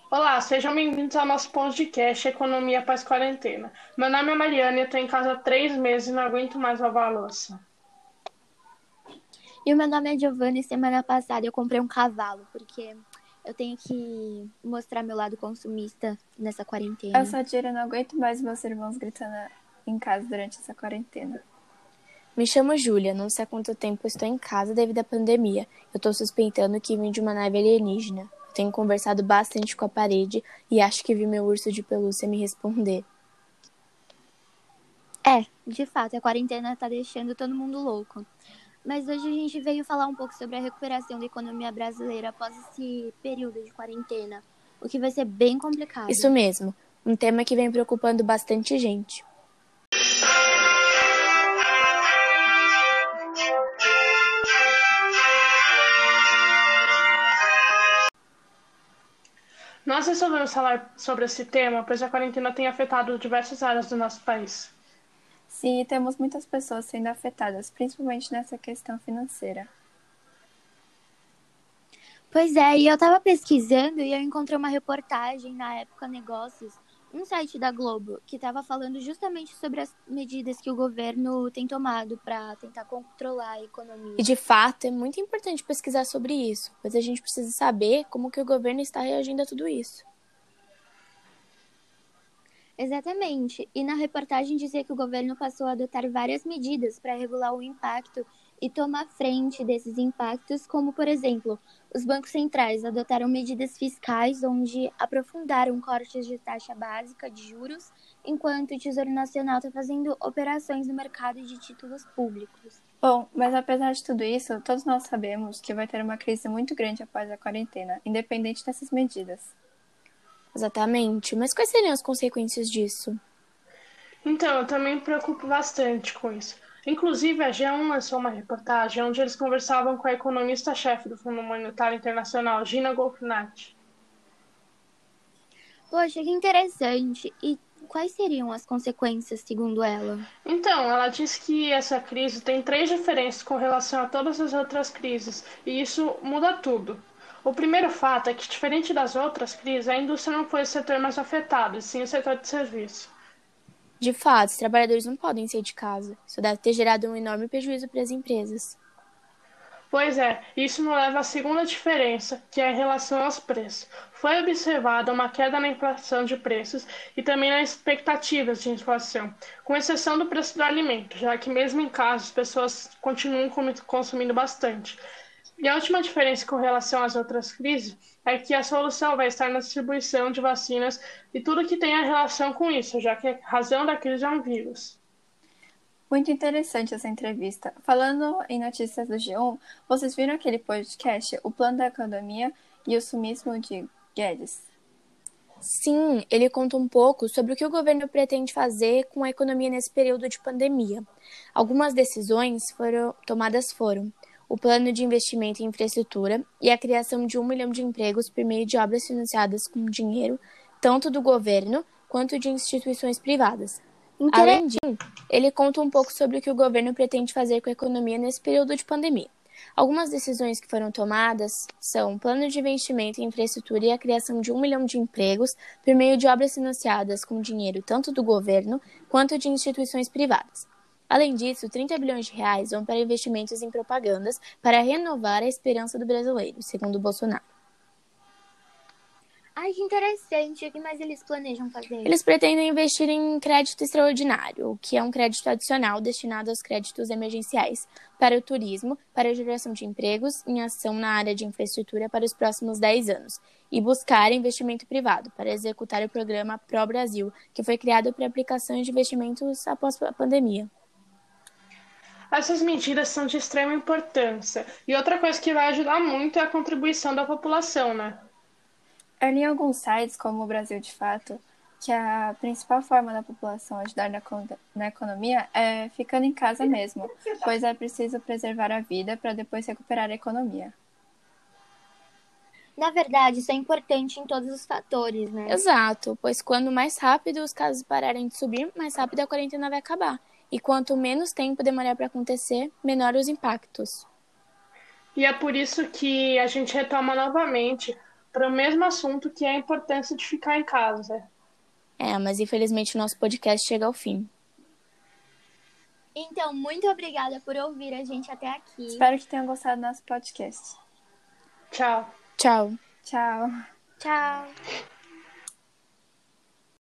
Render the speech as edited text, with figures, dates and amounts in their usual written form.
Olá, sejam bem-vindos ao nosso podcast Economia Pós-Quarentena. Meu nome é Mariana e eu estou em casa há 3 meses e não aguento mais lavar a louça. E o meu nome é Giovana e semana passada eu comprei um cavalo, porque eu tenho que mostrar meu lado consumista nessa quarentena. Eu sou a Tira, não aguento mais meus irmãos gritando em casa durante essa quarentena. Me chamo Júlia, não sei há quanto tempo estou em casa devido à pandemia. Eu estou suspeitando que vim de uma nave alienígena. Eu tenho conversado bastante com a parede e acho que vi meu urso de pelúcia me responder. De fato, a quarentena tá deixando todo mundo louco. Mas hoje a gente veio falar um pouco sobre a recuperação da economia brasileira após esse período de quarentena, o que vai ser bem complicado. Isso mesmo, um tema que vem preocupando bastante gente. Nós resolvemos falar sobre esse tema, pois a quarentena tem afetado diversas áreas do nosso país. Sim, e temos muitas pessoas sendo afetadas, principalmente nessa questão financeira. Pois é, e eu tava pesquisando e eu encontrei uma reportagem na Época Negócios, um site da Globo, que estava falando justamente sobre as medidas que o governo tem tomado para tentar controlar a economia. E de fato é muito importante pesquisar sobre isso, pois a gente precisa saber como que o governo está reagindo a tudo isso. Exatamente. E na reportagem dizia que o governo passou a adotar várias medidas para regular o impacto e tomar frente desses impactos, como, por exemplo, os bancos centrais adotaram medidas fiscais onde aprofundaram cortes de taxa básica de juros, enquanto o Tesouro Nacional está fazendo operações no mercado de títulos públicos. Bom, mas apesar de tudo isso, todos nós sabemos que vai ter uma crise muito grande após a quarentena, independente dessas medidas. Exatamente, mas quais seriam as consequências disso? Então, eu também me preocupo bastante com isso. Inclusive, a G1 lançou uma reportagem onde eles conversavam com a economista-chefe do Fundo Monetário Internacional, Gina Golfinati. Poxa, que interessante! E quais seriam as consequências, segundo ela? Então, ela diz que essa crise tem 3 diferenças com relação a todas as outras crises, e isso muda tudo. O primeiro fato é que, diferente das outras crises, a indústria não foi o setor mais afetado, e sim o setor de serviço. De fato, os trabalhadores não podem sair de casa. Isso deve ter gerado um enorme prejuízo para as empresas. Pois é, isso nos leva à segunda diferença, que é em relação aos preços. Foi observada uma queda na inflação de preços e também nas expectativas de inflação, com exceção do preço do alimento, já que mesmo em casa as pessoas continuam consumindo bastante. E a última diferença com relação às outras crises é que a solução vai estar na distribuição de vacinas e tudo que tem a relação com isso, já que a razão da crise é um vírus. Muito interessante essa entrevista. Falando em notícias do G1, vocês viram aquele podcast, O Plano da Economia e o Sumismo de Guedes? Sim, ele conta um pouco sobre o que o governo pretende fazer com a economia nesse período de pandemia. Algumas decisões tomadas foram o plano de investimento em infraestrutura e a criação de 1 milhão de empregos por meio de obras financiadas com dinheiro tanto do governo quanto de instituições privadas. Além disso, ele conta um pouco sobre o que o governo pretende fazer com a economia nesse período de pandemia. Algumas decisões que foram tomadas são o plano de investimento em infraestrutura e a criação de 1 milhão de empregos por meio de obras financiadas com dinheiro tanto do governo quanto de instituições privadas. Além disso, 30 bilhões de reais vão para investimentos em propagandas para renovar a esperança do brasileiro, segundo Bolsonaro. Ai, que interessante. O que mais eles planejam fazer? Eles pretendem investir em crédito extraordinário, que é um crédito adicional destinado aos créditos emergenciais para o turismo, para a geração de empregos em ação na área de infraestrutura para os próximos 10 anos, e buscar investimento privado para executar o programa Pro Brasil, que foi criado para aplicações de investimentos após a pandemia. Essas medidas são de extrema importância. E outra coisa que vai ajudar muito é a contribuição da população, né? Eu li em alguns sites, como o Brasil de Fato, que a principal forma da população ajudar na economia é ficando em casa mesmo, pois é preciso preservar a vida para depois recuperar a economia. Na verdade, isso é importante em todos os fatores, né? Exato, pois quando mais rápido os casos pararem de subir, mais rápido a quarentena vai acabar. E quanto menos tempo demorar para acontecer, menor os impactos. E é por isso que a gente retoma novamente para o mesmo assunto, que é a importância de ficar em casa. Mas infelizmente o nosso podcast chega ao fim. Então, muito obrigada por ouvir a gente até aqui. Espero que tenham gostado do nosso podcast. Tchau. Tchau. Tchau. Tchau.